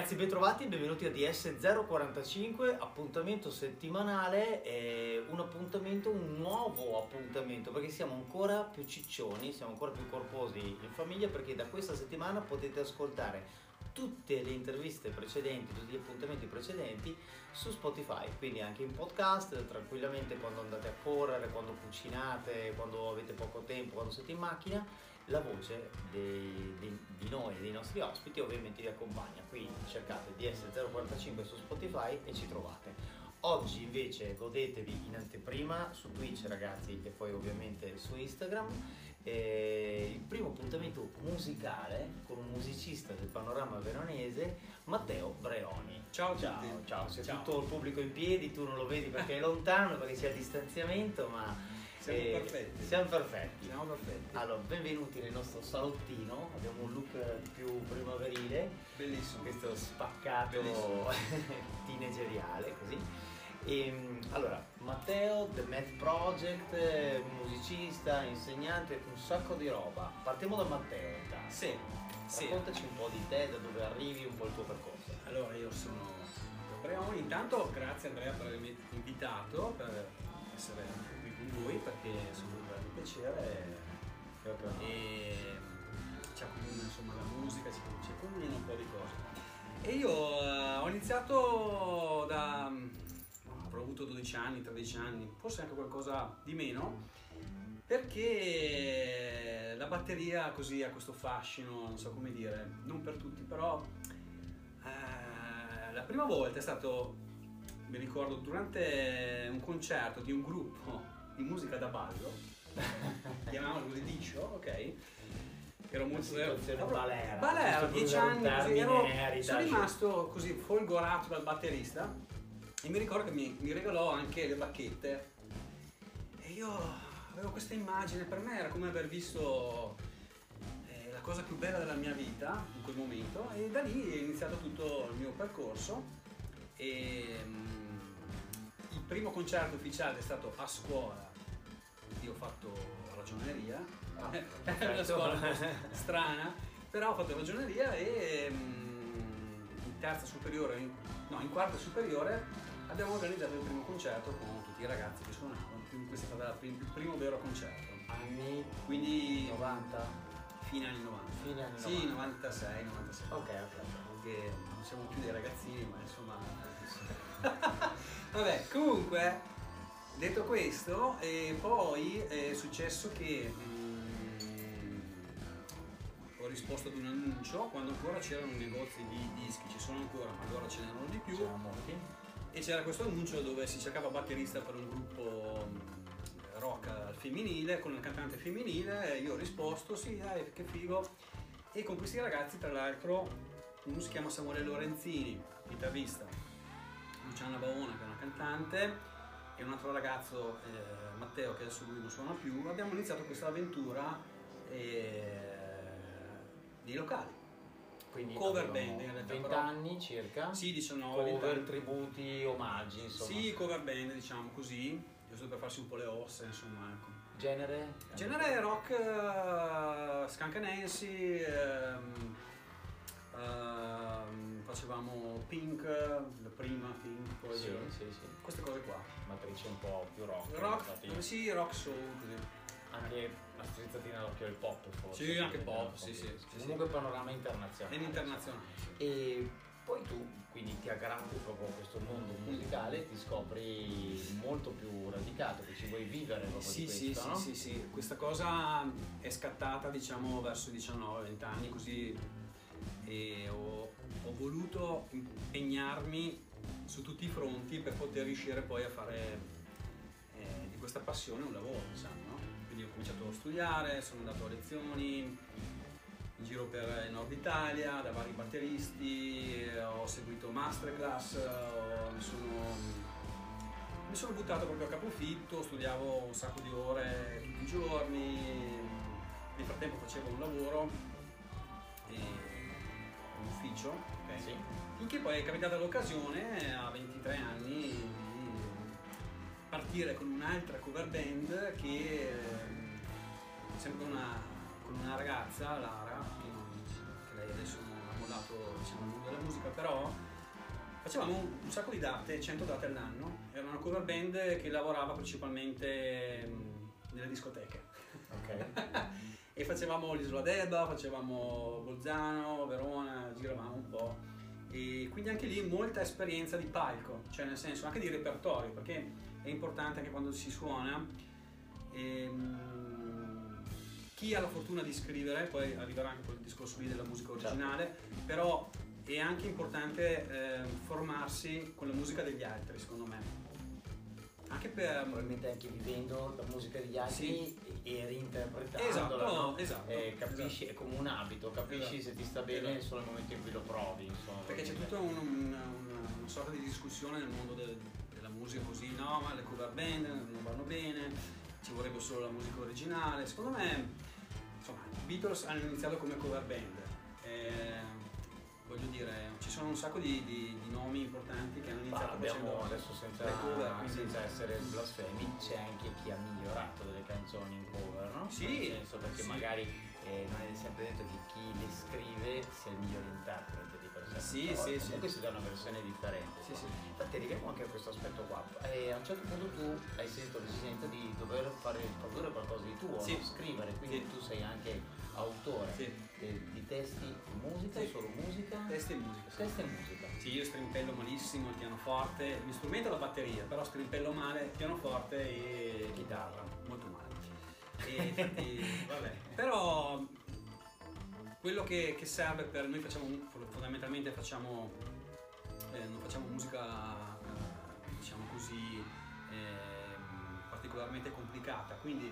Ragazzi, bentrovati e benvenuti a DS045, appuntamento settimanale, un nuovo appuntamento perché siamo ancora più ciccioni, siamo ancora più corposi in famiglia perché da questa settimana potete ascoltare tutte le interviste precedenti, tutti gli appuntamenti precedenti su Spotify, quindi anche in podcast, tranquillamente quando andate a correre, quando cucinate, quando avete poco tempo, quando siete in macchina, la voce di noi, dei nostri ospiti ovviamente vi accompagna, quindi cercate DS045 su Spotify e ci trovate. Oggi invece godetevi in anteprima su Twitch, ragazzi, e poi ovviamente su Instagram il primo appuntamento musicale con un musicista del panorama veronese, Matteo Breoni. Ciao Ciao, c'è Ciao. tutto il pubblico in piedi, tu non lo vedi perché è lontano, perché c'è a distanziamento, ma siamo perfetti. Siamo perfetti. Siamo perfetti. Allora, benvenuti nel nostro salottino, abbiamo un look più primaverile, Bellissimo. questo spaccato teenageriale, così. Allora, Matteo, The Math Project, musicista, insegnante, un sacco di roba. Partiamo da Matteo intanto. Sì. Raccontaci un po' di te, da dove arrivi, un po' il tuo percorso. Allora, io sono Breoni. Intanto grazie Andrea per avermi invitato, per essere qui con voi, perché sono un grande piacere e ci accomuna insomma la musica, ci accomuna un po' di cose. E io ho iniziato avrò avuto 12 anni, 13 anni, forse anche qualcosa di meno, perché la batteria così ha questo fascino, non so come dire, non per tutti, però la prima volta è stato, mi ricordo, durante un concerto di un gruppo di musica da ballo, chiamavano così Discio, ok? Ero molto Balera, 10 anni, così, sono rimasto così folgorato dal batterista e mi ricordo che mi regalò anche le bacchette e io avevo questa immagine, per me era come aver visto la cosa più bella della mia vita in quel momento, e da lì è iniziato tutto il mio percorso. E il primo concerto ufficiale è stato a scuola. Io ho fatto ragioneria, è una scuola un po' strana, però ho fatto ragioneria e in terza superiore, in quarta superiore abbiamo organizzato il primo concerto con tutti i ragazzi che suonavano, quindi questo è stato il primo vero concerto. Anni? Quindi 90? Fine anni 90. Fine anni 90. Sì, 96, 97. Ok. Che non siamo più dei ragazzini, ma insomma. Vabbè, comunque, detto questo, poi è successo che ho risposto ad un annuncio quando ancora c'erano negozi di dischi, ci sono ancora, ma allora ce n'erano di più. C'erano molti. E c'era questo annuncio dove si cercava batterista per un gruppo rock al femminile, con una cantante femminile, e io ho risposto sì, dai, che figo. E con questi ragazzi, tra l'altro, uno si chiama Samuele Lorenzini, chitarrista, Luciana Baona, che è una cantante, e un altro ragazzo, Matteo, che adesso lui non suona più. Abbiamo iniziato questa avventura nei locali. Quindi cover band in realtà, 20 però. anni circa? Sì, 19, 20 cover, anni. tributi, omaggi, insomma. Sì, cover band, diciamo così, giusto per farsi un po' le ossa, insomma, ecco. Genere? Genere rock, Skunk Nancy, facevamo Pink, la prima Pink, poi Sì. queste cose qua. Matrice un po' più rock. Rock, infatti. sì, rock soul, così. Anche la strizzatina d'occhio al pop, forse. Sì, anche pop, sì. Comunque panorama internazionale. È internazionale. E poi tu quindi ti aggrappi proprio a questo mondo musicale, ti scopri molto più radicato, che ci vuoi vivere proprio di questo, no? Sì. Questa cosa è scattata, diciamo, verso i 19-20 anni, così, e ho voluto impegnarmi su tutti i fronti per poter riuscire poi a fare di questa passione un lavoro, diciamo, no? Quindi ho cominciato a studiare, sono andato a lezioni in giro per il nord Italia, da vari batteristi, ho seguito masterclass, mi sono buttato proprio a capofitto, studiavo un sacco di ore tutti i giorni, nel frattempo facevo un lavoro, un ufficio, okay? Sì. Finché poi è capitata l'occasione a 23 anni di partire con un'altra cover band che sempre con una ragazza, Lara, che lei adesso ha mollato, diciamo, il mondo della musica, però facevamo un sacco di date, 100 date all'anno. Era una cover band che lavorava principalmente nelle discoteche. Ok. E facevamo l'Isola d'Elba, facevamo Bolzano, Verona, giravamo un po'. E quindi anche lì molta esperienza di palco, cioè nel senso anche di repertorio, perché è importante anche quando si suona. Chi ha la fortuna di scrivere, poi arriverà anche quel discorso lì della musica originale, però è anche importante formarsi con la musica degli altri, secondo me. Anche per... Probabilmente anche vivendo la musica degli altri e reinterpretandola, esatto, no? Esatto, capisci, è come un abito, capisci se ti sta bene solo nel momento in cui lo provi, insomma. Perché c'è tutta una sorta di discussione nel mondo della musica così, no, ma le cover band non vanno bene, ci vorrebbe solo la musica originale. Secondo me, insomma, i Beatles hanno iniziato come cover band. Voglio dire, ci sono un sacco di nomi importanti che hanno iniziato facendo adesso senza, le cover, senza essere blasfemi, c'è anche chi ha migliorato delle canzoni in cover, no? Sì, nel senso perché magari non è sempre detto che chi le scrive sia il migliore interprete di per sé. Sì, comunque si dà una versione differente. Sì, sì. Infatti arriviamo anche a questo aspetto qua. A un certo punto tu hai sentito l'esigenza di dover produrre qualcosa di tuo, no? Scrivere, quindi tu sei anche autore di testi di musica, solo musica? Testi e musica. Testi e musica. Sì, io strimpello malissimo il pianoforte, l'istrumento è la batteria, però strimpello male pianoforte e chitarra, molto male. E infatti, vabbè. Però quello che serve per noi fondamentalmente non facciamo musica diciamo così particolarmente complicata, quindi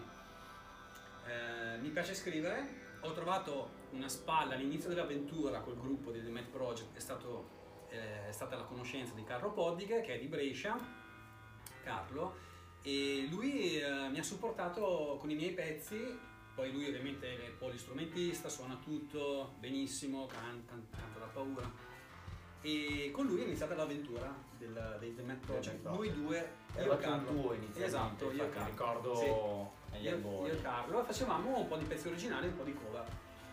mi piace scrivere. Ho trovato una spalla all'inizio dell'avventura col gruppo di The Met Project, è stata la conoscenza di Carlo Poddighe, che è di Brescia, Carlo, e lui mi ha supportato con i miei pezzi. Poi lui ovviamente è polistrumentista, suona tutto benissimo, canta da paura, e con lui è iniziata l'avventura dei The Met Project. Noi due, io e Carlo. Tuo inizialmente, esatto, io e Carlo. Ricordo agli albori. Io e Carlo facevamo un po' di pezzi originali e un po' di cover.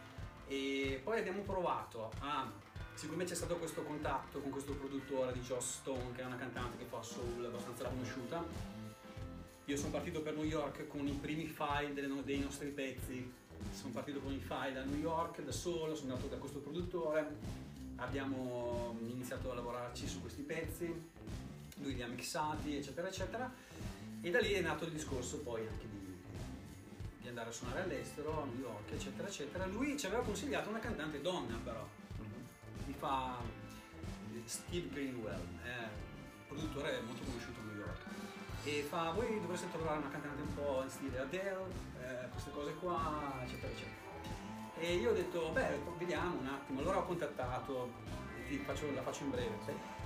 E poi abbiamo provato siccome c'è stato questo contatto con questo produttore di Joss Stone, che è una cantante che fa soul abbastanza conosciuta, io sono partito per New York con i primi file dei nostri pezzi. Sono partito con i file a New York da solo, sono andato da questo produttore, abbiamo iniziato a lavorarci su questi pezzi, lui li ha mixati, eccetera eccetera, e da lì è nato il discorso poi anche di andare a suonare all'estero, a New York, eccetera eccetera. Lui ci aveva consigliato una cantante donna, però mi fa Steve Greenwell, un produttore molto conosciuto a New York, e fa: voi dovreste trovare una cantante un po' in stile Adele, queste cose qua, eccetera eccetera. E io ho detto: beh, vediamo un attimo. Allora ho contattato, la faccio in breve,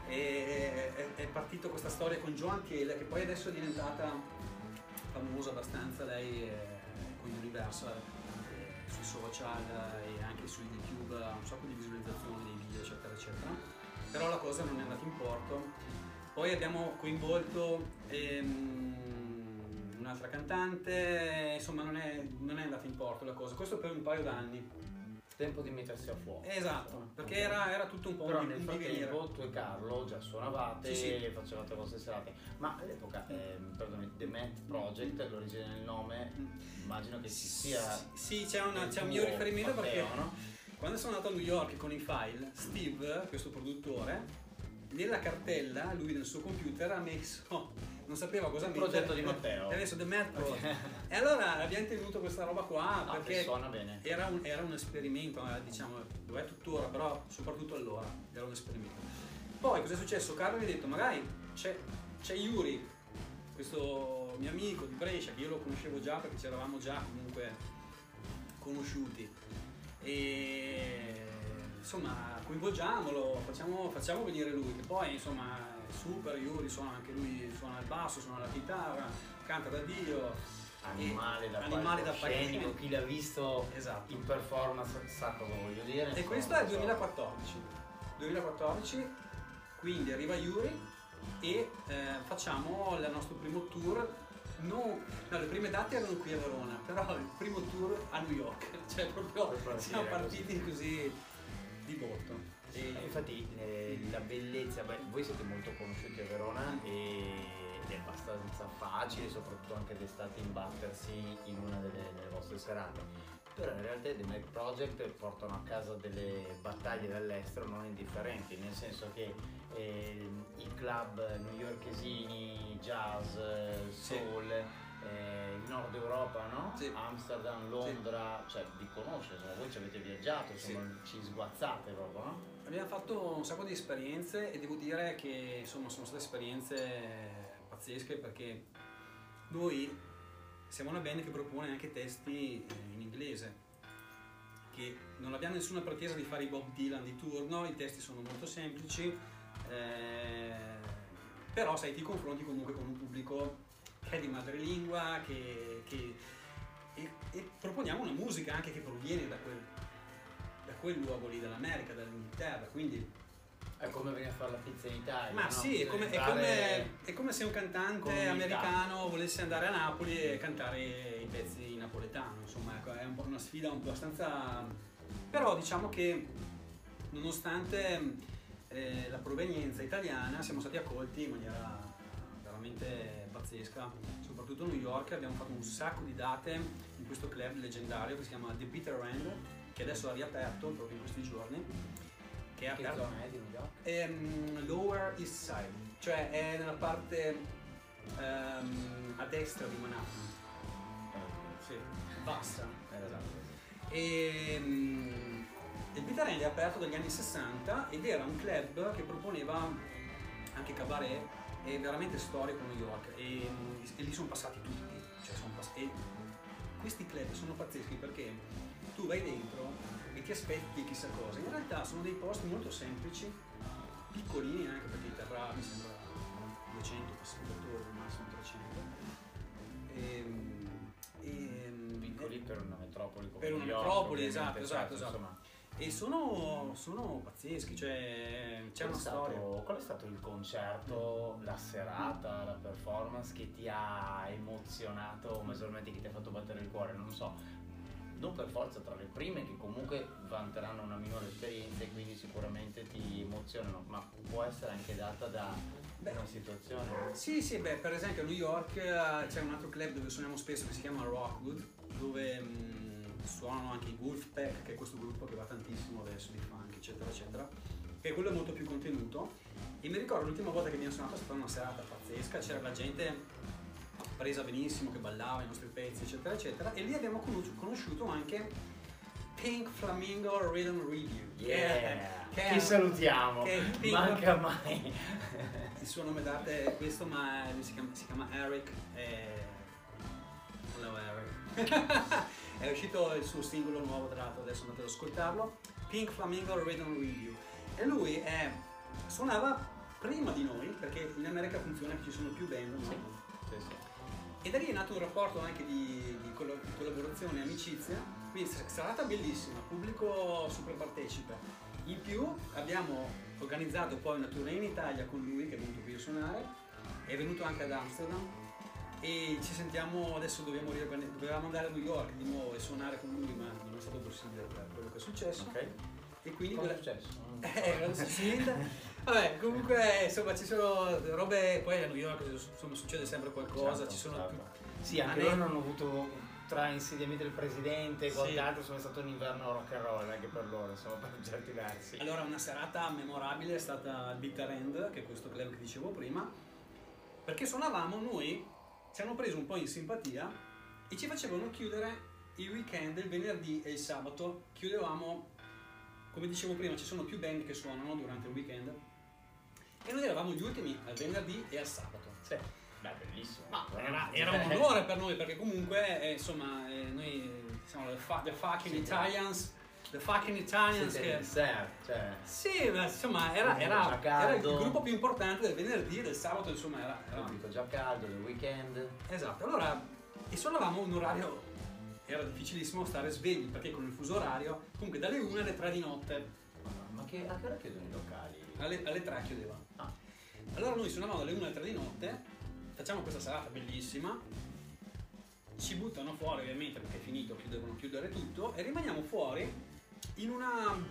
e è partita questa storia con Joan Thiele, che poi adesso è diventata famosa abbastanza, lei con Universal, sui social e anche su YouTube, ha un sacco di visualizzazioni dei video, eccetera eccetera. Però la cosa non è andata in porto. Poi abbiamo coinvolto un'altra cantante, insomma non è andata in porto la cosa, questo per un paio d'anni. Tempo di mettersi a fuoco. Esatto, perché era tutto un po' però un nel frattempo tu e Carlo già suonavate, facevate le vostre serate, ma all'epoca, perdoni, The Met Project, l'origine del nome, immagino che ci sia... Sì, c'è un mio riferimento, Matteo, perché no? Quando sono andato a New York con i file, Steve, questo produttore, nella cartella, lui nel suo computer ha messo, non sapeva cosa mettere, progetto di Matteo, ha messo The Met Project. E allora abbiamo tenuto questa roba qua, perché suona bene. Era un esperimento, diciamo, lo è tuttora, però soprattutto allora era un esperimento. Poi cosa è successo? Carlo mi ha detto: magari c'è Yuri, questo mio amico di Brescia, che io lo conoscevo già perché ci eravamo già comunque conosciuti, e insomma coinvolgiamolo, facciamo venire lui, che poi insomma è super. Yuri suona anche lui, suona il basso, suona la chitarra, canta da Dio, animale da palcoscenico. Chi l'ha visto in performance sa cosa voglio dire. E questo è il 2014, quindi arriva Yuri e facciamo il nostro primo tour. No, le prime date erano qui a Verona, però il primo tour a New York, cioè proprio siamo partiti così di botto. Infatti la bellezza, voi siete molto conosciuti a Verona ed è abbastanza facile, soprattutto anche d'estate, imbattersi in una delle vostre serate. Però in realtà The Mac Project portano a casa delle battaglie dall'estero non indifferenti, nel senso che i club newyorkesini, jazz, soul, il nord Europa, no? Sì. Amsterdam, Londra, cioè vi conosce, insomma, voi ci avete viaggiato, insomma, ci sguazzate proprio, no? Abbiamo fatto un sacco di esperienze e devo dire che insomma sono state esperienze pazzesche, perché noi siamo una band che propone anche testi in inglese, che non abbiamo nessuna pretesa di fare i Bob Dylan di turno, i testi sono molto semplici, però sai, ti confronti comunque con un pubblico che è di madrelingua, e proponiamo una musica anche che proviene da quel luogo lì, dall'America, dall'Inghilterra, quindi è come venire a fare la pizza in Italia. ma no? sì, è come se un cantante comunità americano volesse andare a Napoli e cantare i pezzi in napoletano, insomma, ecco, è un po' una sfida abbastanza. Però diciamo che nonostante la provenienza italiana siamo stati accolti in maniera veramente pazzesca, soprattutto a New York. Abbiamo fatto un sacco di date in questo club leggendario che si chiama The Bitter End, che adesso ha riaperto proprio in questi giorni. Che zona è di New York? Lower East Side, cioè è nella parte a destra di Manhattan. Sì, bassa. Esatto. Il Bitter End è aperto dagli anni 60 ed era un club che proponeva anche cabaret, è veramente storico a New York, e lì sono passati tutti, cioè e questi club sono pazzeschi perché tu vai dentro e ti aspetti chissà cosa, in realtà sono dei posti molto semplici, piccolini anche, perché i terra mi sembra 200 spettatori, massimo 300. Piccoli per una metropoli come per una New York, metropoli, ovviamente, esatto. insomma. E sono pazzeschi, cioè c'è una storia. Qual è stato il concerto, la serata, la performance che ti ha emozionato maggiormente, che ti ha fatto battere il cuore? Non so, non per forza tra le prime, che comunque vanteranno una minore esperienza e quindi sicuramente ti emozionano, ma può essere anche data da una situazione. Sì, per esempio a New York c'è un altro club dove suoniamo spesso che si chiama Rockwood, dove suonano anche i Wolfpack, che è questo gruppo che va tantissimo adesso di funk, eccetera eccetera, e quello è molto più contenuto. E mi ricordo l'ultima volta che abbiamo suonato è stata una serata pazzesca, c'era la gente presa benissimo, che ballava i nostri pezzi, eccetera eccetera, e lì abbiamo conosciuto anche Pink Flamingo Rhythm Review, che salutiamo, che manca mai. Il suo nome d'arte è questo, ma lui si chiama Eric. Hello Eric. È uscito il suo singolo nuovo, tra l'altro, adesso andate ad ascoltarlo, Pink Flamingo Rhythm Review, e lui suonava prima di noi, perché in America funziona che ci sono più band, no? Sì. E da lì è nato un rapporto anche di collaborazione e amicizia, quindi serata bellissima, pubblico super partecipe. In più abbiamo organizzato poi una tournée in Italia con lui, che è venuto qui a suonare, è venuto anche ad Amsterdam, e ci sentiamo, adesso dovevamo andare a New York di nuovo e suonare con lui, ma non è stato possibile per quello che è successo. Ok. E quindi cosa è successo? Vabbè, comunque insomma ci sono robe, poi a New York insomma, succede sempre qualcosa, Certo, ci sono certo. Sì, anche loro hanno avuto, tra insediamenti del presidente e quant'altro, insomma, è stato un inverno rock and roll anche per loro, insomma, per certi versi. Allora, una serata memorabile è stata il Bitter End, che è questo club che dicevo prima, perché suonavamo noi, ci hanno preso un po' in simpatia e ci facevano chiudere il weekend, il venerdì e il sabato. Chiudevamo, come dicevo prima, ci sono più band che suonano durante il weekend e noi eravamo gli ultimi al venerdì e al sabato. Sì. Beh, bellissimo. Ma era un onore per noi, perché comunque insomma noi siamo the fucking Italians. The fucking Italians che... cioè. Sì, ma insomma era il gruppo più importante del venerdì e del sabato, insomma era Dico, già caldo, del weekend. Esatto, allora, e suonavamo un orario, era difficilissimo stare svegli, perché con il fuso orario, comunque dalle 1 alle 3 di notte. Ma a che ora chiudono i locali? Alle 3 chiudevano. Allora noi suonavamo dalle 1 alle 3 di notte, facciamo questa serata bellissima, ci buttano fuori ovviamente perché è finito, devono chiudere tutto, e rimaniamo fuori in una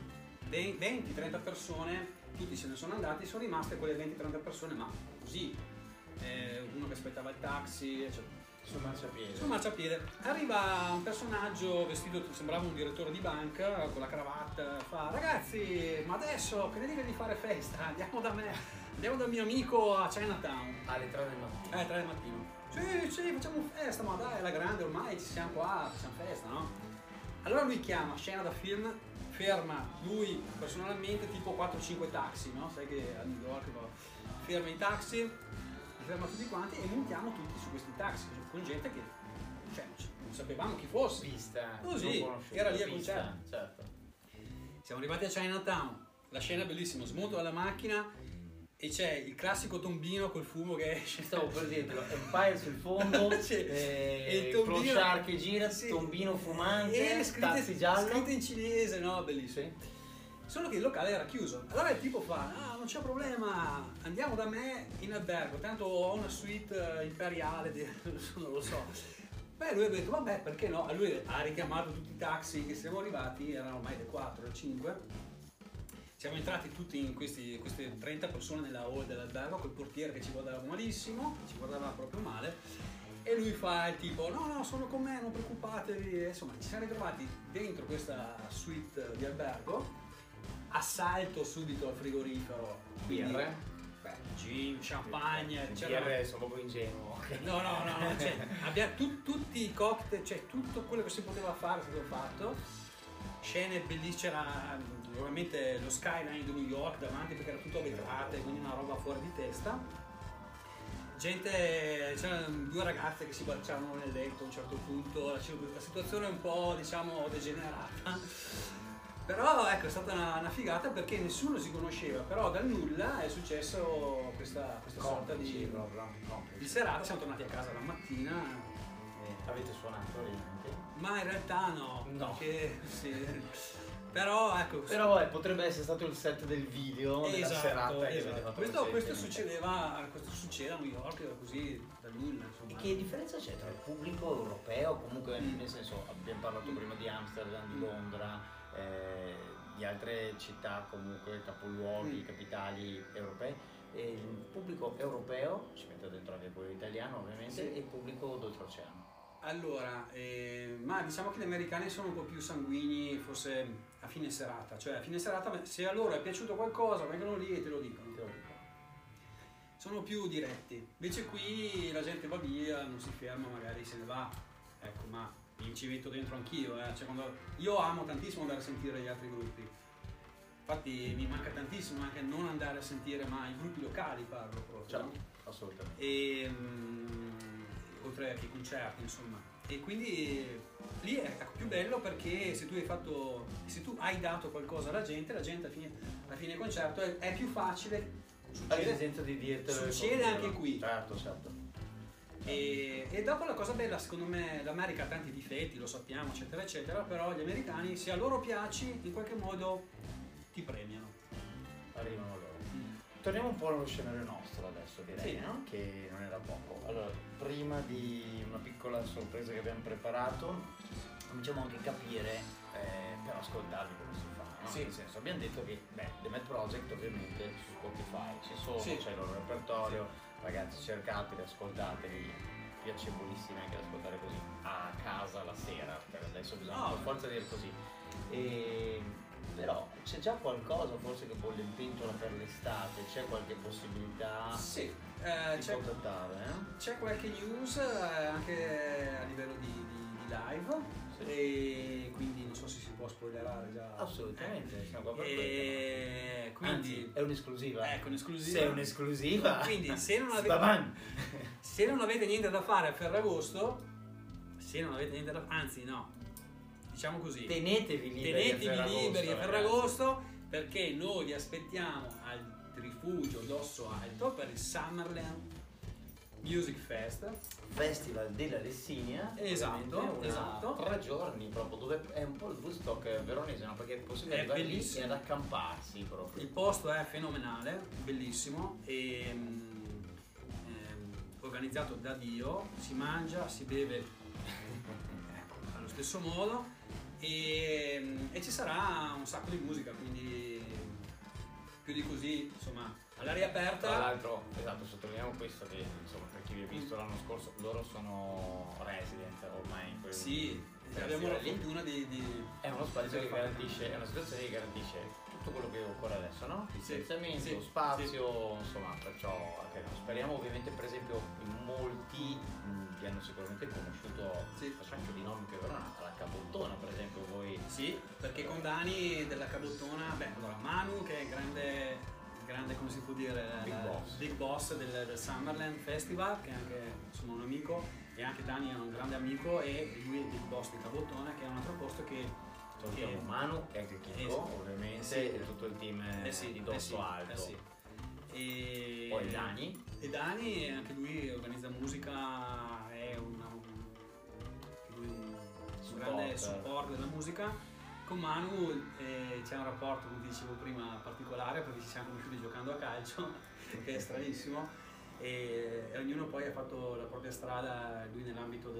20-30 persone, tutti se ne sono andati, sono rimaste quelle 20-30 persone, ma così, uno che aspettava il taxi, eccetera. Sul marciapiede. Sul marciapiede arriva un personaggio vestito, sembrava un direttore di banca, con la cravatta, fa: ragazzi, ma adesso che ne dite di fare festa? Andiamo da me, andiamo dal mio amico a Chinatown. Alle 3 del mattino. 3 del mattino. Sì, facciamo festa, ma dai, alla grande ormai ci siamo qua, facciamo festa, no? Allora lui chiama, scena da film, ferma lui personalmente tipo 4-5 taxi, no? Sai che a New York ferma i taxi, li ferma tutti quanti e montiamo tutti su questi taxi, con gente che cioè, non sapevamo chi fosse. Vista. Così, era lì a concerto. Certo. Siamo arrivati a Chinatown, la scena è bellissima, smonto dalla macchina e c'è il classico tombino col fumo che esce. Stavo per dirtelo, Empire sul fondo, il tombino, clochard che gira, sì, tombino fumante, taxi giallo. Scritte in cinese, no? Bellissimo. Sì. Solo che il locale era chiuso. Allora il tipo fa: ah, non c'è problema, andiamo da me in albergo, tanto ho una suite imperiale, non lo so. Beh, lui ha detto: vabbè, perché no? E lui ha richiamato tutti i taxi che siamo arrivati, erano ormai le 4, le 5. Siamo entrati tutti in queste 30 persone nella hall dell'albergo, col portiere che ci guardava malissimo, ci guardava proprio male. E lui fa il tipo: no, sono con me, non preoccupatevi. Insomma, ci siamo ritrovati dentro questa suite di albergo. Assalto subito al frigorifero. Birre? Beh, gin, champagne. Birre sono proprio ingenuo. No, cioè, abbiamo tutti i cocktail, cioè tutto quello che si poteva fare è stato fatto. Scene bellissime, c'era ovviamente lo skyline di New York davanti perché era tutto a vetrate, quindi una roba fuori di testa. C'erano 2 ragazze che si baciavano nel letto a un certo punto, la situazione è un po', diciamo, degenerata. Però ecco, è stata una figata perché nessuno si conosceva, però dal nulla è successo questa sorta di serata. Siamo tornati a casa la mattina. Avete suonato lì? Ma in realtà no. Perché sì. Però ecco. Però potrebbe essere stato il set del video della serata che avete fatto. Questo succede a New York così da nulla. Insomma. E che differenza c'è tra il pubblico europeo, comunque nel senso abbiamo parlato prima di Amsterdam, di Londra, di altre città comunque capoluoghi, capitali europee, e il pubblico europeo, ci metto dentro anche quello italiano ovviamente, sì, e il pubblico d'oltreoceano. Allora, ma diciamo che gli americani sono un po' più sanguigni forse a fine serata, cioè a fine serata se a loro è piaciuto qualcosa vengono lì e te lo dicono. Sono più diretti, invece qui la gente va via, non si ferma, magari se ne va, ecco, ma ci metto dentro anch'io, cioè, io amo tantissimo andare a sentire gli altri gruppi, infatti mi manca tantissimo anche non andare a sentire mai i gruppi locali, parlo proprio. Certo, no? Assolutamente. E, oltre che i concerti, insomma, e quindi lì è più bello perché se tu hai dato qualcosa alla gente a fine concerto è più facile, succede anche qui. Certo. E dopo la cosa bella, secondo me, l'America ha tanti difetti, lo sappiamo, eccetera eccetera, però gli americani, se a loro piaci, in qualche modo ti premiano. Arrivano loro. Torniamo un po' allo scenario nostro adesso, direi, sì, no? Che non era poco. Allora, prima di una piccola sorpresa che abbiamo preparato, cominciamo anche a capire per ascoltarli come si fa, no? Sì. Nel senso, abbiamo detto che The Mad Project ovviamente su Spotify ci sono, sì, c'è il loro repertorio, sì, ragazzi cercateli, ascoltateli, piacevolissimi anche da ascoltare così a casa la sera, per adesso bisogna per forza dire così. Però c'è già qualcosa forse che bolle in pentola per l'estate, c'è qualche possibilità di contattare? C'è qualche news anche a livello di live, sì, e quindi non so se si può spoilerare già. Assolutamente, siamo qua per quello. Quindi anzi, è un'esclusiva. Ecco, un'esclusiva. Se è un'esclusiva. Quindi se non avete niente da fare a Ferragosto, anzi no, diciamo così, tenetevi liberi a Ferragosto, perché noi vi aspettiamo al Rifugio d'Osso Alto per il Summerland Music Festival della Lessinia. Esatto. 3 giorni proprio, dove è un po' il Woodstock veronese, no? Perché è possibile arrivare lì e ad accamparsi proprio. Il posto è fenomenale, bellissimo e organizzato da Dio, si mangia, si beve allo stesso modo e ci sarà un sacco di musica, quindi più di così, insomma, all'aria aperta. Tra l'altro, esatto, sottolineiamo questo che insomma per chi vi ha visto l'anno scorso, loro sono resident ormai in quel Sì, abbiamo la fortuna di è uno spazio che garantisce, è una situazione che garantisce tutto quello che occorre adesso, no? Distanziamento, sì, spazio, insomma, perciò speriamo ovviamente, per esempio, in molti vi hanno sicuramente conosciuto, faccio anche di nomi che Verona, la Cabottona per esempio, voi. Sì, perché con Dani della Cabottona, beh, allora Manu che è grande come si può dire, big boss del Summerland Festival, che è anche insomma un amico, e anche Dani è un grande amico, e lui è il big boss di Cabottona, che è un altro posto che Manu e anche Chico, ovviamente, e tutto il team di Dosso Alto. E poi Dani. E Dani, anche lui organizza musica, è un grande supporto della musica. Con Manu c'è un rapporto, come dicevo prima, particolare, perché ci siamo conosciuti giocando a calcio, che è stranissimo, e ognuno poi ha fatto la propria strada, lui nell'ambito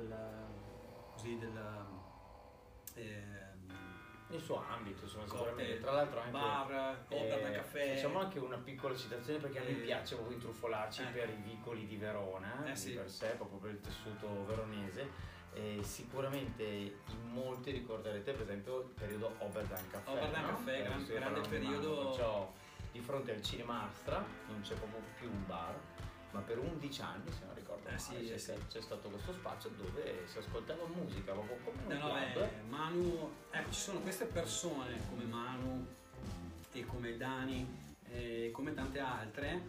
nel suo ambito, insomma, sicuramente. Tra l'altro anche bar, Oberdan Caffè. Facciamo anche una piccola citazione, perché a me piace proprio intruffolarci per i vicoli di Verona, di per sé, proprio per il tessuto veronese. Sicuramente in molti ricorderete per esempio il periodo Oberdan Caffè. Oberdan Caffè, grande periodo. Perciò di fronte al Cinema Astra non c'è proprio più un bar, ma per 11 anni, se non ricordo male, c'è stato questo spazio dove si ascoltava musica proprio come un club. Manu, ecco, ci sono queste persone come Manu e come Dani e come tante altre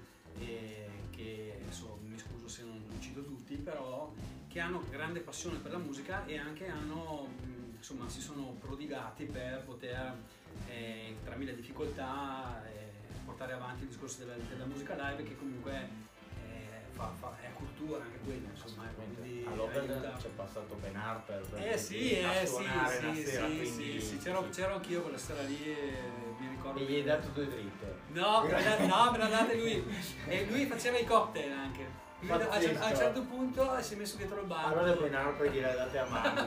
che adesso mi scuso se non cito tutti, però che hanno grande passione per la musica e anche hanno insomma si sono prodigati per poter tra mille difficoltà portare avanti il discorso della musica live, che comunque è cultura anche quella, insomma. All'Oberdan c'è passato Ben Harper a suonare una sera, quindi c'ero anch'io quella sera lì e mi ricordo. E gli hai dato 2 dritte? No, me l'ha date lui, e lui faceva i cocktail anche. A un certo punto si è messo dietro il banco. Allora Ben Harper gliel'ha date a mano.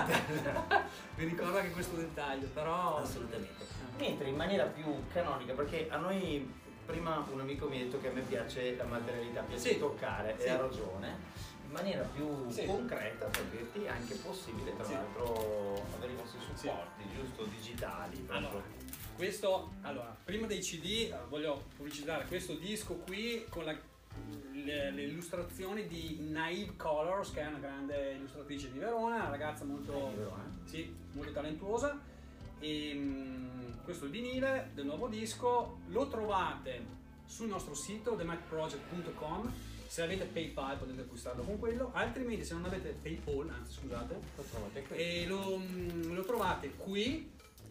Mi ricordo anche questo dettaglio, però assolutamente. Mentre in maniera più canonica, perché a noi prima un amico mi ha detto che a me piace la materialità, piace toccare, e ha ragione, in maniera più concreta, per dirti, è anche possibile tra l'altro avere i vostri supporti, giusto, digitali. Allora, prima dei CD voglio pubblicizzare questo disco qui con le illustrazioni di Naive Colors, che è una grande illustratrice di Verona, una ragazza molto talentuosa. E questo è il vinile del nuovo disco, lo trovate sul nostro sito themacproject.com. se avete PayPal potete acquistarlo con quello, altrimenti se non avete PayPal, anzi scusate, lo trovate qui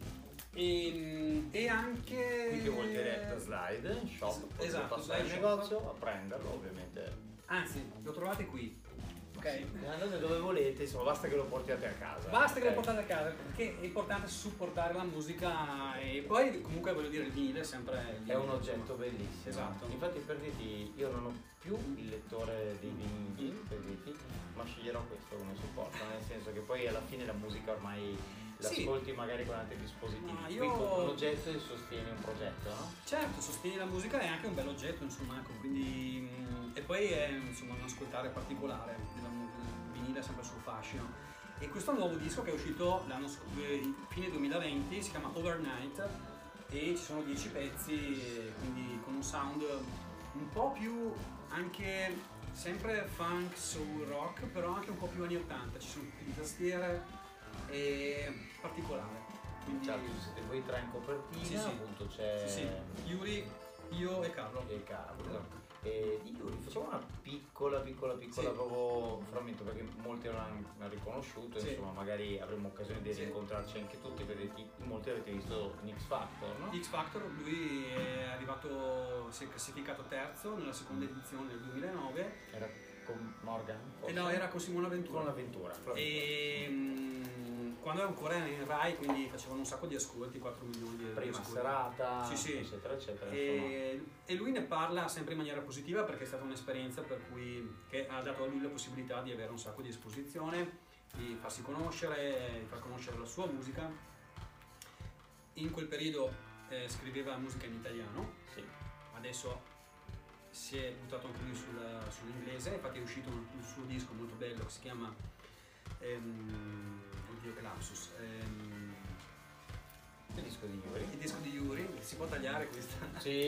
e anche qui, che vuol dire slide in shop, potete passare al negozio a prenderlo ovviamente, anzi lo trovate qui. Okay. Andate dove volete, insomma, basta che lo portiate a casa. Basta che lo portate a casa, perché è importante supportare la musica, e poi comunque voglio dire il vinile è sempre è un oggetto bellissimo. Esatto. Infatti, per dirti, io non ho più il lettore dei vinili, per dirti, ma sceglierò questo come supporto, nel senso che poi alla fine la musica ormai l'ascolti magari con altri dispositivi. Qui con un oggetto e sostieni un progetto, no? Certo, sostieni la musica, è anche un bel oggetto, insomma, quindi e poi è insomma un ascoltare particolare, il vinile ha sempre il suo fascino. E questo nuovo disco che è uscito fine 2020 si chiama Overnight e ci sono 10 pezzi, quindi con un sound un po' più anche sempre funk, soul, rock, però anche un po' più anni 80, ci sono più di tastiere e particolare. Quindi certo, siete voi tre in copertina, appunto c'è Yuri, io e Carlo. Esatto. E di Yuri facciamo una piccola proprio frammento, perché molti non hanno riconosciuto, insomma magari avremo occasione di rincontrarci anche tutti, perché molti avete visto in X Factor, no? X Factor, lui è arrivato, si è classificato terzo nella seconda edizione del 2009. Era con Morgan? No, era con Simona Ventura. Con l'avventura. E quando era ancora in Rai, quindi facevano un sacco di ascolti, 4 milioni di prima ascolti. serata, eccetera eccetera. E lui ne parla sempre in maniera positiva, perché è stata un'esperienza per cui che ha dato a lui la possibilità di avere un sacco di esposizione, di farsi conoscere, di far conoscere la sua musica. In quel periodo scriveva musica in italiano, Sì. adesso si è buttato anche lui sull'inglese, infatti è uscito un suo disco molto bello che si chiama oddio che lapsus, Il disco di Yuri. il disco di Yuri, si può tagliare questa? Sì,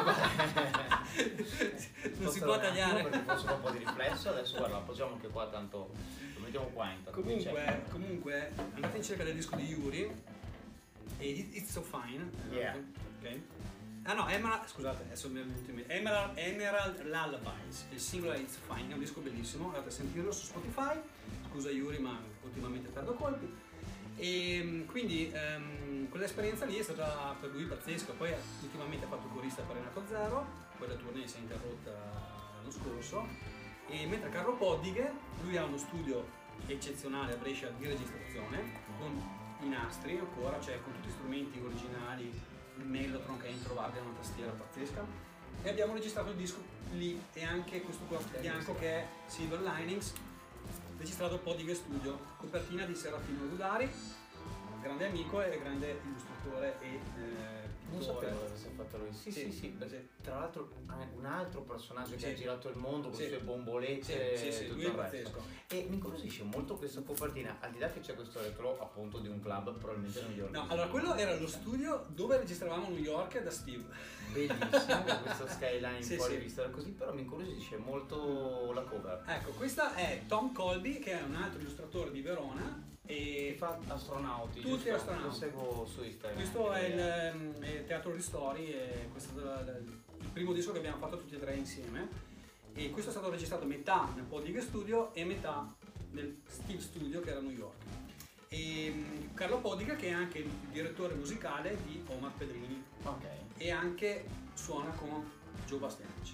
Non si può tagliare. perché fosse un po' di riflesso. Adesso guarda, lo appoggiamo anche qua, tanto lo mettiamo qua intanto. Comunque andate in cerca del disco di Yuri e It's So Fine. Yeah. Ok. Ah no, scusate, adesso mi è venuto in mente. Emerald Lullabies, il singolo è It's Fine, è un disco bellissimo, andate a sentirlo su Spotify. Scusa Yuri, ma ultimamente perdo colpi. E quindi quell'esperienza lì è stata per lui pazzesca. Poi ultimamente ha fatto il corista per Renato Zero, poi la tournée si è interrotta l'anno scorso. E mentre Carlo Poddighe, lui ha uno studio eccezionale a Brescia di registrazione, con i nastri ancora, cioè con tutti gli strumenti originali, il Mellotron che è introvabile, una tastiera pazzesca. E abbiamo registrato il disco lì, e anche questo qua bianco che è Silver Linings, registrato al Poddighe Studio, copertina di Serafino Rudari, grande amico e grande illustratore e Non pittore. sapevo che avesse fatto lui. Sì, perché tra l'altro un altro personaggio che Sì. ha girato il mondo con Sì. le sue bombolette Sì, e tutto lui è il resto. pazzesco. E mi incuriosisce molto questa copertina, al di là che c'è questo retro appunto di un club probabilmente a New York. No, allora quello era lo studio dove registravamo a New York da Steve. Bellissimo, con questa skyline Sì, fuori sì. vista così, però mi incuriosisce molto la cover. Ecco, questa è Tom Colby, che è un altro illustratore di Verona. Che E fa astronauti, Tutti giusto? astronauti. Lo seguo su Instagram. questo è il Teatro Ristori, e questo è il primo disco che abbiamo fatto tutti e tre insieme. E questo è stato registrato metà nel Poddighe Studio e metà nel Steve Studio, che era a New York. E Carlo Poddighe, che è anche il direttore musicale di Omar Pedrini, Ok. e anche suona con Joe Bastianic.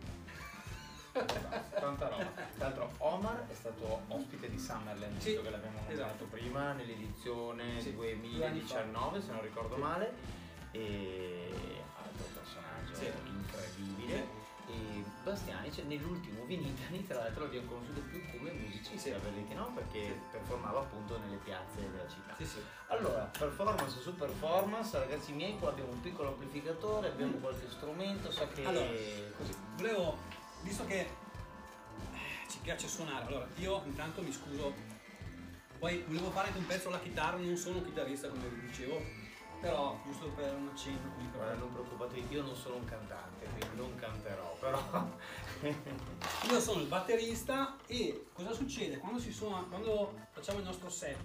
Tanta roba. Tra l'altro Omar è stato ospite di Summerland, Sì, visto che l'abbiamo nominato esatto. prima nell'edizione Sì, 2019, se non ricordo Sì. male, e altro personaggio Sì. incredibile. E Bastianic nell'ultimo Vinitani tra l'altro l'abbiamo conosciuto più come musicista, Sì. per dire che no, perché performava appunto nelle piazze della città. Sì, sì. Allora, performance su performance, ragazzi miei, qua abbiamo un piccolo amplificatore, abbiamo qualche strumento, sa che Allora, così. Volevo, visto che ci piace suonare, allora io intanto mi scuso, poi volevo fare anche un pezzo alla chitarra, non sono un chitarrista come vi dicevo, però giusto per un accenno qui. Guarda, non preoccupatevi, io non sono un cantante, quindi non canterò, però. Io sono il batterista, e cosa succede quando si suona, quando facciamo il nostro set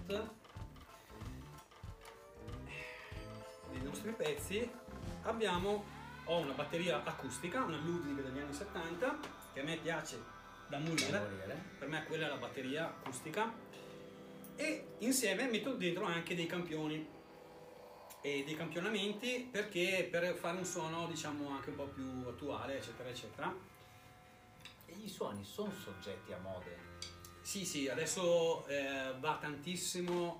dei nostri pezzi, ho una batteria acustica, una Ludwig degli anni 70, che a me piace da morire, per me quella è la batteria acustica, e insieme metto dentro anche dei campioni e dei campionamenti, perché per fare un suono diciamo anche un po' più attuale, eccetera eccetera. E i suoni sono soggetti a mode. Sì, adesso vanno tantissimo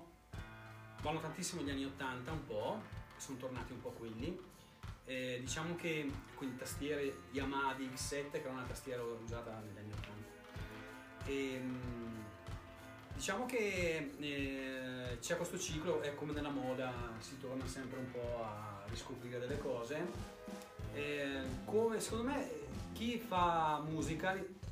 gli anni 80 un po', sono tornati un po' quelli. Diciamo che quindi tastiere Yamaha DX7, che era una tastiera usata negli anni 80. Diciamo che c'è questo ciclo, è come nella moda, si torna sempre un po' a riscoprire delle cose. Come secondo me chi fa musica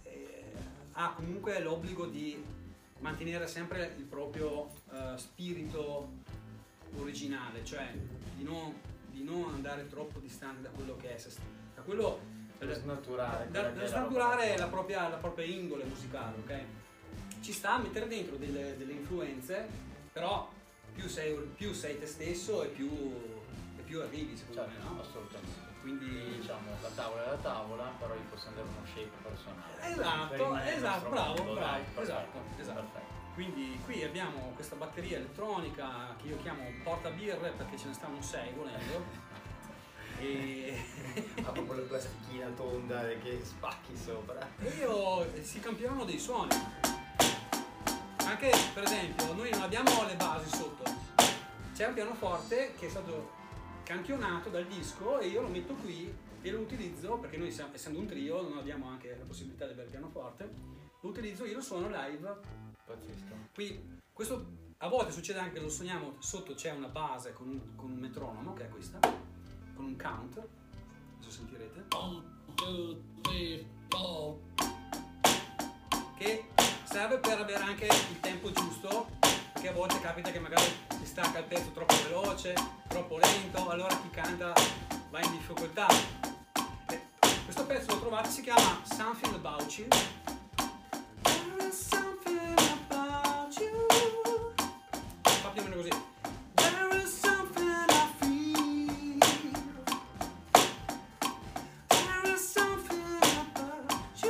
ha comunque l'obbligo di mantenere sempre il proprio spirito originale, cioè di non andare troppo distante da quello che è da quello Per snaturare. da snaturare la propria indole musicale, ok? Ci sta a mettere dentro delle influenze, però più sei te stesso e più arrivi, secondo me, no? Assolutamente. Quindi Diciamo la tavola è la tavola, però gli possiamo dare uno shape personale. esatto, bravo, Perfetto. esatto. Perfetto. Quindi qui abbiamo questa batteria elettronica che io chiamo portabirre, perché ce ne stanno 6 volendo. E Ha proprio la plastichina tonda che spacchi sopra. si campionano dei suoni. Anche per esempio, noi non abbiamo le basi sotto. C'è un pianoforte che è stato campionato dal disco, e io lo metto qui e lo utilizzo, perché noi essendo un trio non abbiamo anche la possibilità di avere il pianoforte. Lo utilizzo, io lo suono live. Pazzesco. Qui questo a volte succede anche, lo suoniamo, sotto c'è una base con un metronomo, che è questa, con un count, adesso sentirete, 1, 2, 3, 4. che serve per avere anche il tempo giusto, perché a volte capita che magari si stacca il pezzo troppo veloce, troppo lento, allora chi canta va in difficoltà. E questo pezzo lo trovate, si chiama Something About You. There is something about you. Fa più o meno così. There is something I feel. There is something about you.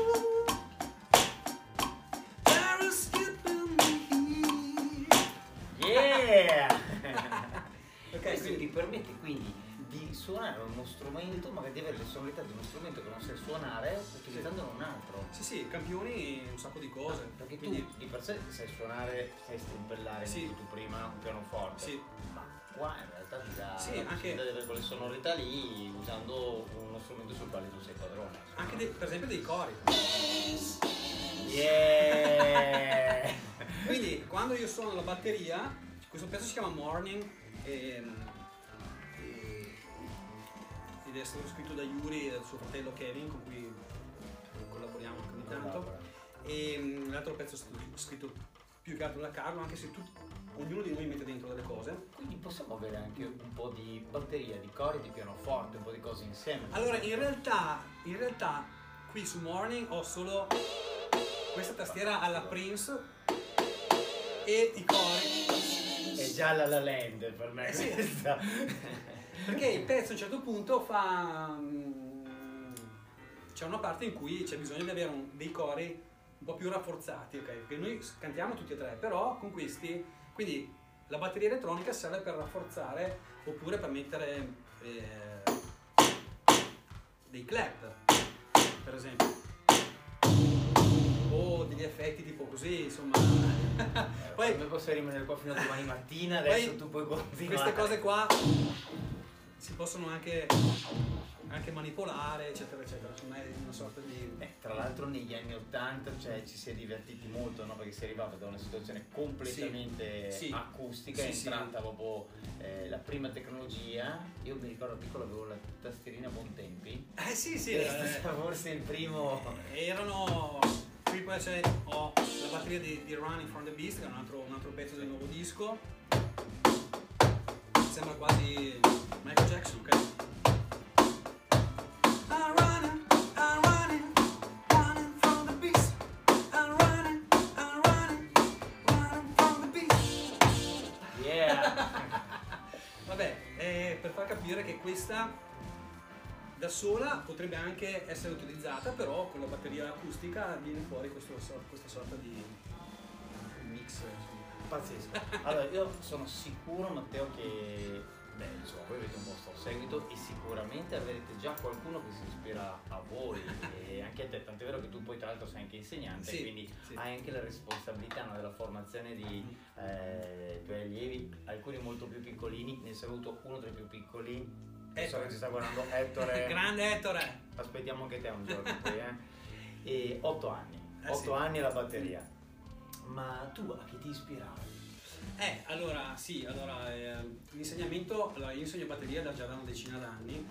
There is skipping me here. Yeah! Ok, Questo quindi ti permette quindi di suonare uno strumento, magari di avere le sonorità di uno strumento che non sai suonare utilizzandone un altro. sì, campioni un sacco di cose. Perché tu Quindi, di per sé sai suonare, sai strimpellare, Sì. hai detto tu prima, un pianoforte. sì, Ma qua in realtà ti dà Sì, la anche- possibilità di avere quelle sonorità lì usando uno strumento sul quale tu sei padrone. anche per esempio dei cori. Yeah! Quindi quando io suono la batteria, questo pezzo si chiama Morning ed è stato scritto da Yuri e dal suo fratello Kevin, con cui collaboriamo anche ogni tanto. E l'altro pezzo è stato scritto più che altro da Carlo, anche se ognuno di noi mette dentro delle cose. Quindi possiamo avere anche un po' di batteria, di cori, di pianoforte, un po' di cose insieme. Allora, in realtà qui su Morning ho solo questa tastiera alla Prince e i cori. È già la La Land per me Sì. questa. Perché il pezzo a un certo punto c'è una parte in cui c'è bisogno di avere dei cori un po' più rafforzati, ok? Perché noi cantiamo tutti e tre, però con questi, quindi la batteria elettronica serve per rafforzare oppure per mettere dei clap, per esempio, o degli effetti tipo così, insomma. Poi come posso rimanere qua fino a domani mattina, adesso poi tu puoi continuare. queste cose qua si possono anche manipolare, eccetera, eccetera. Insomma, è una sorta di... Tra l'altro negli anni 80 ci si è divertiti molto, no? Perché si è arrivato da una situazione completamente Sì. acustica, Sì, è sì. entrata proprio la prima tecnologia. Io mi ricordo da piccolo avevo la tastierina Bontempi. Sì, Questo è forse il primo. erano... Qui poi ho la batteria di Running from the Beast, che è un altro pezzo del nuovo disco. Sembra quasi Michael Jackson, ok? I'm running from the beast. I'm running from the beast. Yeah! Vabbè, per far capire che questa da sola potrebbe anche essere utilizzata, però con la batteria acustica viene fuori questa sorta di mix, insomma. Pazzesco. Allora, io sono sicuro, Matteo, che insomma, voi avete un vostro seguito e sicuramente avrete già qualcuno che si ispira a voi e anche a te, tant'è vero che tu poi tra l'altro sei anche insegnante, Sì, quindi sì. hai anche la responsabilità, no, della formazione di tuoi allievi, alcuni molto più piccolini, ne saluto uno tra i più piccoli. So che ci sta guardando Ettore. Grande Ettore! Aspettiamo che te un giorno qui, E 8 anni. 8 sì. anni alla batteria. Ma tu a che ti ispiravi? L'insegnamento, io insegno batteria già da una decina d'anni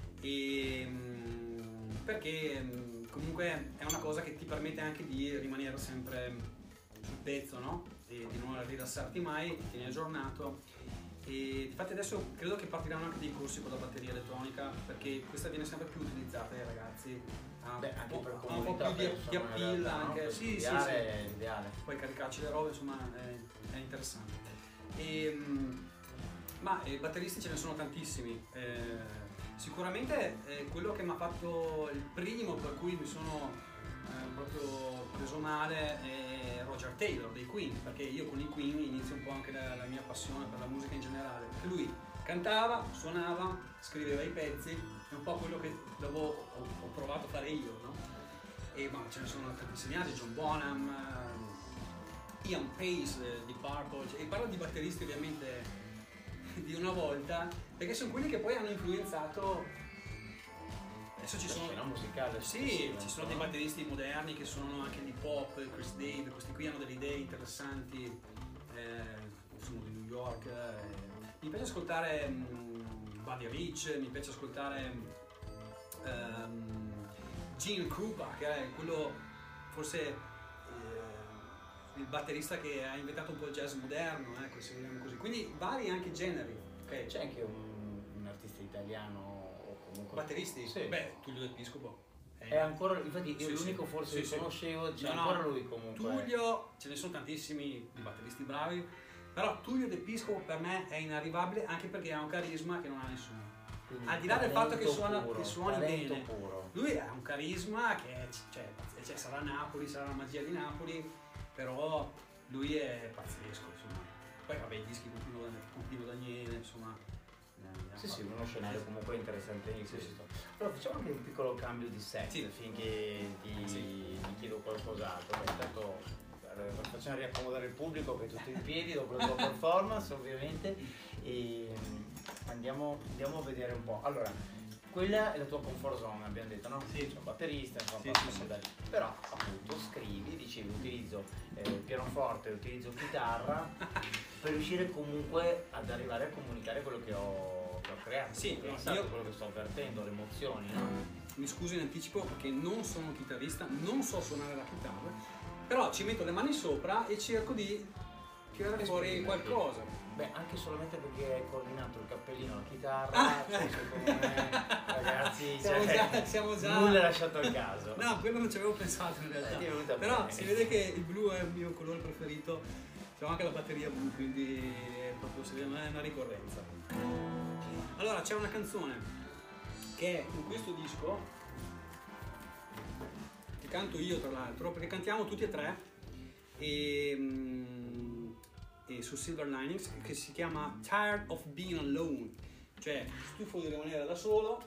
perché comunque è una cosa che ti permette anche di rimanere sempre sul pezzo, no? E di non rilassarti mai, ti tieni aggiornato. E infatti adesso credo che partiranno anche dei corsi con la batteria elettronica, perché questa viene sempre più utilizzata dai ragazzi, Anche per ha un po' comunità più di appeal anche, per sì, studiare è ideale. poi caricarci le robe, insomma è interessante. Ma batteristi ce ne sono tantissimi. Sicuramente quello che mi ha fatto il primo per cui mi sono proprio preso male è Roger Taylor dei Queen, perché io con i Queen inizio un po' anche la mia passione per la musica in generale, perché lui cantava, suonava, scriveva i pezzi, è un po' quello che dopo ho provato a fare io, no? Ma ce ne sono tantissimi altri, John Bonham, Ian Pace di Purple, e parlo di batteristi ovviamente di una volta, perché sono quelli che poi hanno influenzato. Adesso ci sono musicale. sì, ci sono dei batteristi moderni che suonano anche di pop, Chris Dave, questi qui hanno delle idee interessanti, sono di New York. Mi piace ascoltare Buddy Rich, mi piace ascoltare Gene Krupa, che è quello forse il batterista che ha inventato un po' il jazz moderno, ecco, se vogliamo così. Quindi vari anche generi. Okay. C'è anche un artista italiano o comunque... Batteristi? Sì. Beh, Tullio Del Piscopo. È ancora, infatti io Sì, l'unico sì. forse Sì, che conoscevo, c'è No, ancora lui comunque. Tullio, ce ne sono tantissimi di batteristi bravi, però Tullio Del Piscopo per me è inarrivabile anche perché ha un carisma che non ha nessuno. Quindi Al di là del fatto che talento suoni talento bene, puro. lui ha un carisma che sarà Napoli, sarà la magia di Napoli, però lui è pazzesco, insomma. Poi vabbè, i dischi con Pino Daniele, insomma. Sì, uno scenario comunque interessante in questo. Però facciamo anche un piccolo cambio di set finché ti chiedo qualcos'altro. Intanto facciamo riaccomodare il pubblico che è tutto in piedi dopo la tua performance ovviamente e andiamo a vedere un po'. Allora, quella è la tua comfort zone, abbiamo detto, no? Sì. C'è un batterista, insomma, Sì. però appunto scrivi, dicevi utilizzo pianoforte, utilizzo chitarra per riuscire comunque ad arrivare a comunicare quello che ho creato, Sì, quello che sto avvertendo, le emozioni, no? Mi scuso in anticipo perché non sono un chitarrista, non so suonare la chitarra, però ci metto le mani sopra e cerco di tirare fuori qualcosa. Beh, anche solamente perché hai coordinato il cappellino, la chitarra, cioè, secondo me, ragazzi, siamo già... nulla è lasciato al caso. No, quello non ci avevo pensato in realtà. Però bene. si vede che il blu è il mio colore preferito, c'è anche la batteria blu, quindi è proprio secondo me è una ricorrenza. Allora, c'è una canzone che è in questo disco, che canto io tra l'altro, perché cantiamo tutti e tre, e su Silver Linings, che si chiama Tired of Being Alone, cioè stufo di rimanere da solo.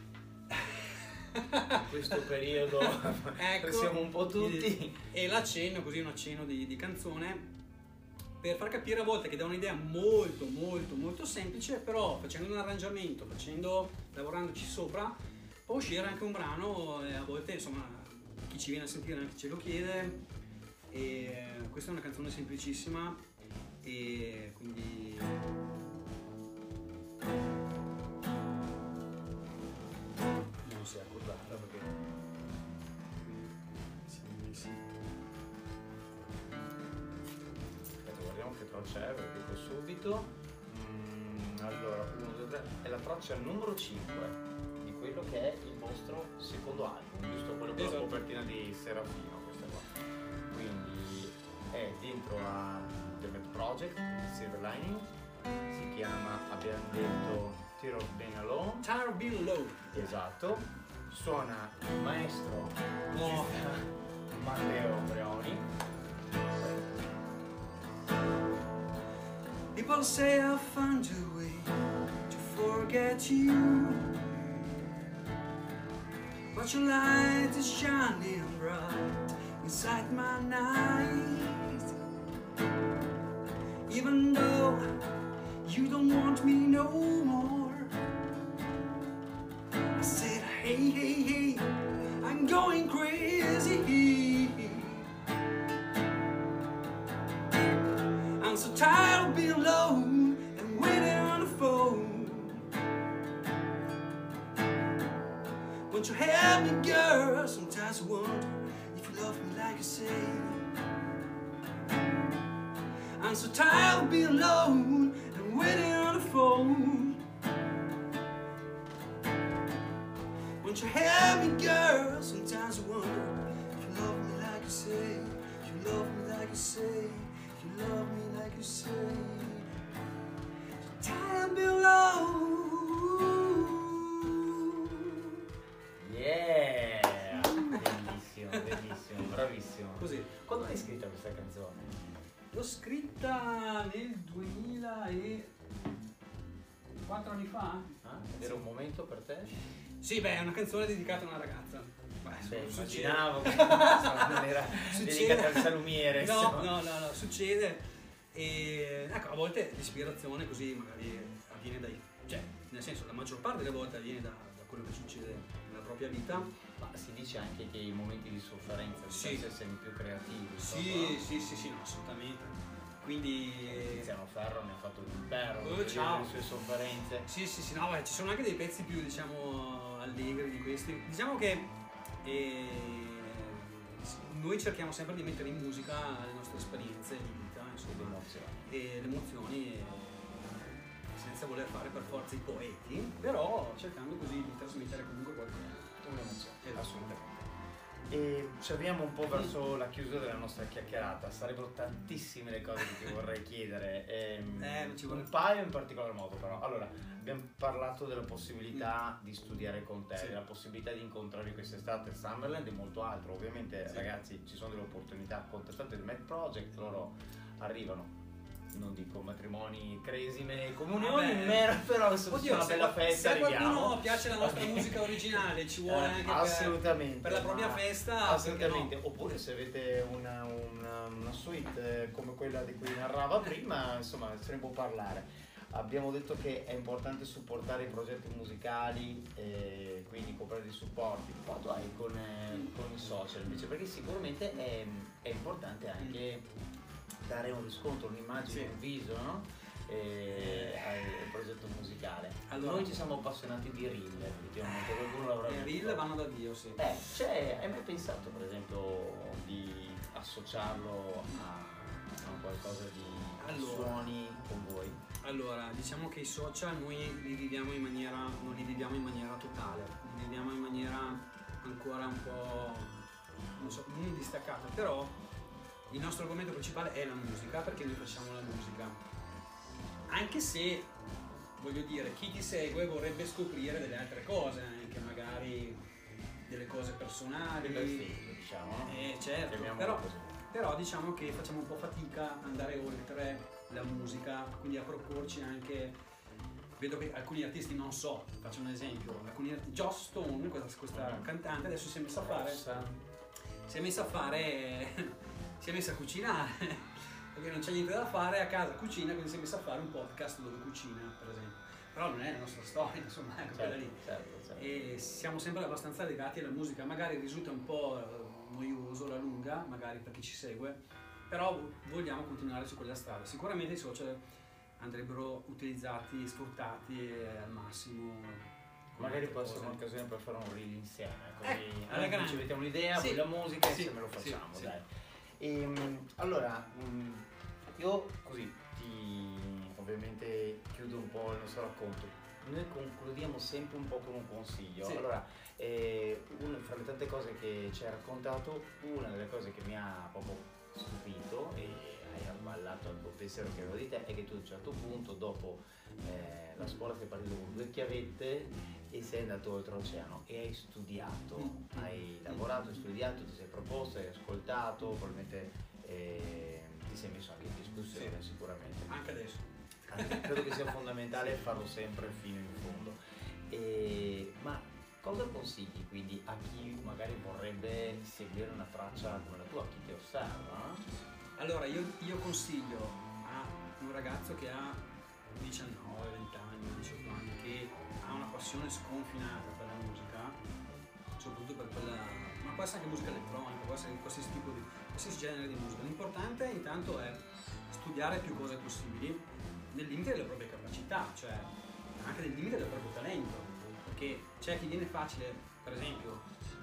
In questo periodo Ecco, siamo un po' tutti. E l'accenno, così un accenno di canzone, per far capire a volte che da un'idea molto semplice, però facendo un arrangiamento, lavorandoci sopra, può uscire anche un brano, e a volte insomma chi ci viene a sentire anche ce lo chiede, e questa è una canzone semplicissima e quindi non si è accordata perché siamo messi. Aspetta, guardiamo che traccia è, ve lo dico subito. Allora, 1, 2, 3, è la traccia numero 5 di quello che è il vostro secondo album, giusto? Quello con la copertina di Serafino, questa qua. Quindi è dentro a The Met Project, Silver Lining, si chiama, abbiamo detto, Tired of Being Alone. Tired of Being Alone. Esatto, suona il maestro Matteo Breoni. People say I found a way to forget you, but your light is shining bright inside my night. Even though you don't want me no more, I said, hey, I'm going crazy. I'm so tired of being alone and waiting on the phone. Won't you help me, girl? Sometimes I wonder if you love me like you say. I'm so tired of being alone and waiting on the phone. Won't you help me, girl? Sometimes I wonder if you love me like you say. If you love me like you say. If you love me like you say. So tired of being alone. Yeah! Bellissimo, bravissimo. Così. Quando hai scritto questa canzone? L'ho scritta nel 4 anni fa? Era un momento per te? Sì, beh, è una canzone dedicata a una ragazza. Beh, succede. immaginavo che non era dedicata al salumiere. No, succede. E ecco, a volte l'ispirazione così magari avviene dai... cioè, nel senso, la maggior parte delle volte avviene da quello che succede nella propria vita. Ma si dice anche che i momenti di sofferenza sì, possono essere più creativi. Sì, no, assolutamente. quindi Tiziano Ferro ne ha fatto un impero, ciao. le sue sofferenze. Sì, no, ci sono anche dei pezzi più, diciamo, allegri di questi. Diciamo che noi cerchiamo sempre di mettere in musica le nostre esperienze di vita, insomma, e le emozioni, senza voler fare per forza i poeti, però cercando così di trasmettere comunque qualcosa. Un'emozione, Assolutamente. E ci avviamo un po' verso la chiusura della nostra chiacchierata. Sarebbero tantissime le cose che ti vorrei chiedere. Un paio in particolar modo, però. Allora, abbiamo parlato della possibilità di studiare con te, della possibilità di incontrare quest'estate Summerland e molto altro. Ovviamente, ragazzi, ci sono delle opportunità. Contattate il Mad Project, loro arrivano. Non dico matrimoni, cresime, comunioni, però insomma una bella festa. Se a qualcuno piace la nostra musica originale, ci vuole anche assolutamente, per la propria festa, assolutamente. No? Oppure se avete una suite come quella di cui narrava prima, insomma se ne può parlare. Abbiamo detto che è importante supportare i progetti musicali, quindi comprare dei supporti. Quanto hai con i social invece? Perché sicuramente è importante anche dare un riscontro, un'immagine, un viso, no? Al progetto musicale. Allora, noi ci siamo appassionati di reel, effettivamente, qualcuno l'avrà visto. I reel vanno da Dio, sì. Hai mai pensato per esempio di associarlo a qualcosa di suoni con voi? Allora, diciamo che i social noi li viviamo in maniera, non li viviamo in maniera totale, li viviamo in maniera ancora un po', non so, non distaccata, però il nostro argomento principale è la musica, perché noi facciamo la musica. Anche se, voglio dire, chi ti segue vorrebbe scoprire delle altre cose, anche magari delle cose personali. Diciamo. Certo, però diciamo che facciamo un po' fatica ad andare oltre la musica, quindi a proporci anche. Vedo che alcuni artisti, non so, faccio un esempio, Joss Stone, questa cantante, adesso si è messa a cucinare perché non c'è niente da fare a casa, cucina, quindi si è messa a fare un podcast dove cucina, per esempio. Però non è la nostra storia, insomma, è quella lì. Certo. E siamo sempre abbastanza legati alla musica, magari risulta un po' noioso alla lunga, magari per chi ci segue, però vogliamo continuare su quella strada. Sicuramente i social andrebbero utilizzati, sfruttati al massimo. Magari può essere un'occasione per fare un reel insieme, così ci avete un'idea, sì, poi la musica e insieme lo facciamo, sì. Dai. Allora, io così ovviamente chiudo un po' il nostro racconto. Noi concludiamo sempre un po' con un consiglio. Sì. Allora, fra le tante cose che ci hai raccontato, una delle cose che mi ha proprio stupito e hai abballato al tuo pensiero che avevo di te è che tu a un certo punto, dopo la scuola, sei partito con 2 chiavette e sei andato oltreoceano e hai studiato, hai lavorato, hai studiato, ti sei proposto, hai ascoltato, probabilmente ti sei messo anche in discussione, sicuramente. Anche adesso. Credo che sia fondamentale farlo sempre fino in fondo. Ma cosa consigli quindi a chi magari vorrebbe seguire una traccia come la tua, a chi ti osserva? Allora, io consiglio a un ragazzo che ha 19, 20 anni, 18 anni, che ha una passione sconfinata per la musica, soprattutto per quella, ma può essere anche musica elettronica, può essere qualsiasi tipo di, qualsiasi genere di musica. L'importante intanto è studiare più cose possibili nel limite delle proprie capacità, cioè anche nel limite del proprio talento, perché c'è chi viene facile, per esempio,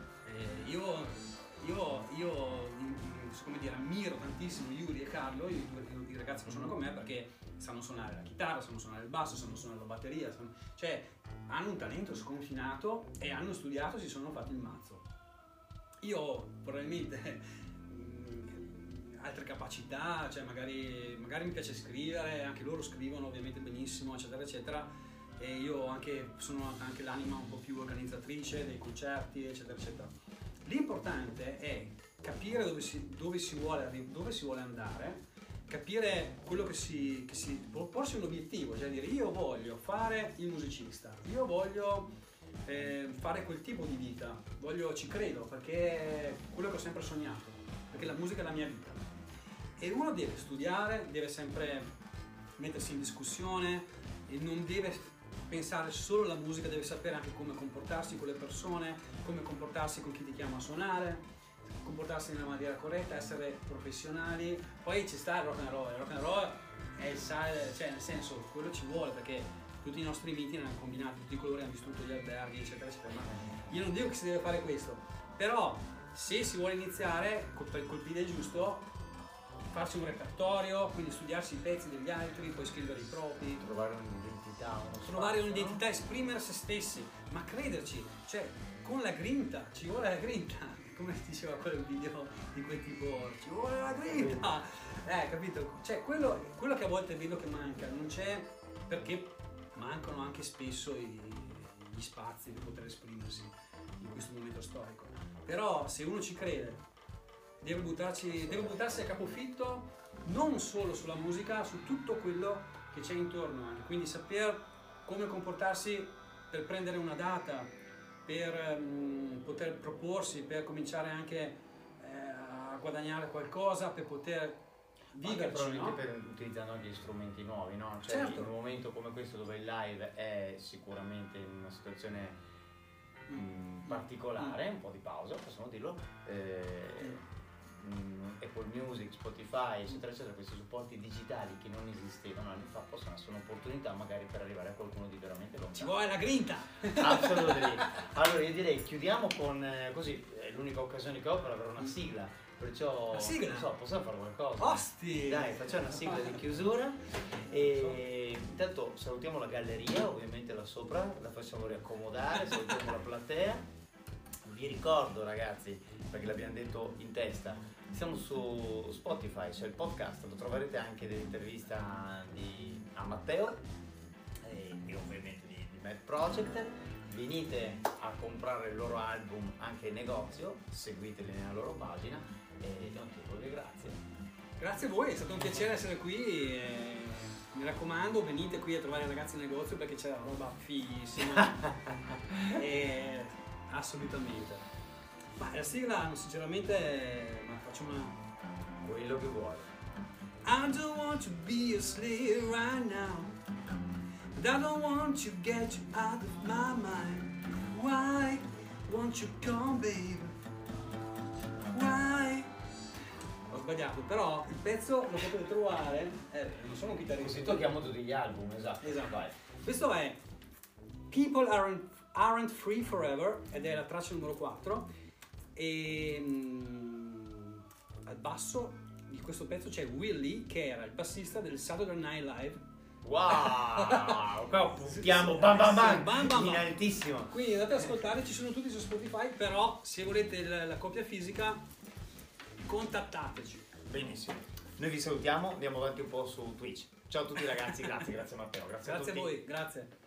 come dire, ammiro tantissimo Yuri e Carlo, i ragazzi che suonano con me, perché sanno suonare la chitarra, sanno suonare il basso, sanno suonare la batteria, cioè hanno un talento sconfinato e hanno studiato, si sono fatti il mazzo. Io ho probabilmente altre capacità, cioè magari mi piace scrivere, anche loro scrivono ovviamente benissimo, eccetera eccetera, e io sono anche l'anima un po' più organizzatrice dei concerti, eccetera eccetera. L'importante è capire dove si vuole andare, capire quello porsi un obiettivo, cioè dire: io voglio fare il musicista, io voglio fare quel tipo di vita, ci credo, perché è quello che ho sempre sognato, perché la musica è la mia vita. E uno deve studiare, deve sempre mettersi in discussione e non deve pensare solo alla musica, deve sapere anche come comportarsi con le persone, come comportarsi con chi ti chiama a suonare, comportarsi nella maniera corretta, essere professionali. Poi ci sta il rock and roll è il sale, cioè nel senso, quello ci vuole perché tutti i nostri miti ne hanno combinati, tutti coloro che hanno distrutto gli alberghi, eccetera, eccetera. Ma io non dico che si deve fare questo, però se si vuole iniziare per col piede giusto, farsi un repertorio, quindi studiarsi i pezzi degli altri, poi scrivere i propri, Trovare un'identità, trovare un'identità, esprimere se stessi, ma crederci, cioè con la grinta, ci vuole la grinta, come diceva quel video di quel tipo, ci vuole la grinta, capito? Cioè quello che a volte vedo che manca, non c'è, perché mancano anche spesso gli spazi per poter esprimersi in questo momento storico, però se uno ci crede deve buttarsi a capofitto non solo sulla musica, su tutto quello che c'è intorno anche, quindi saper come comportarsi per prendere una data, per poter proporsi, per cominciare anche a guadagnare qualcosa, per poter viverci, probabilmente no? utilizzando anche gli strumenti nuovi, no? Cioè Certo. in un momento come questo dove il live è sicuramente in una situazione particolare, un po' di pausa, possiamo dirlo, Apple Music, Spotify, eccetera, eccetera, questi supporti digitali che non esistevano anni fa possono essere un'opportunità magari per arrivare a qualcuno di veramente lontano. Ci vuole la grinta! Assolutamente. Allora io direi chiudiamo con così, è l'unica occasione che ho per avere una sigla, perciò La sigla? non so, possiamo fare qualcosa? Osti! Dai, facciamo una sigla di chiusura e intanto salutiamo la galleria, ovviamente là sopra, la facciamo riaccomodare, salutiamo la platea. Vi ricordo ragazzi, perché l'abbiamo detto in testa, siamo su Spotify, c'è il podcast, lo troverete anche dell'intervista a Matteo e ovviamente di Mad Project. Venite a comprare il loro album anche in negozio, seguiteli nella loro pagina e non ti dico che grazie. Grazie a voi, è stato un piacere essere qui e mi raccomando venite qui a trovare i ragazzi in negozio perché c'è roba fighissima e assolutamente. Ma la sigla sinceramente ma faccio una Quello che vuoi. I don't want to be a slave right now, but I don't want to get you out of my mind. Why won't you come baby? Why? Ho sbagliato, però il pezzo lo potete trovare, non sono un chitarrista. Così tocchiamo tutti gli album, esatto. Vai. Questo è People Aren't Free Forever ed è la traccia numero 4 e al basso di questo pezzo c'è Willie che era il bassista del Saturday Night Live. Wow! Qua puntiamo bam bam bam, bam, bam, in bam. altissimo. Quindi andate ad ascoltare, ci sono tutti su Spotify, però se volete la copia fisica contattateci. Benissimo. Noi vi salutiamo, andiamo avanti un po' su Twitch. Ciao a tutti ragazzi, grazie Matteo, grazie a tutti. Grazie a voi, grazie.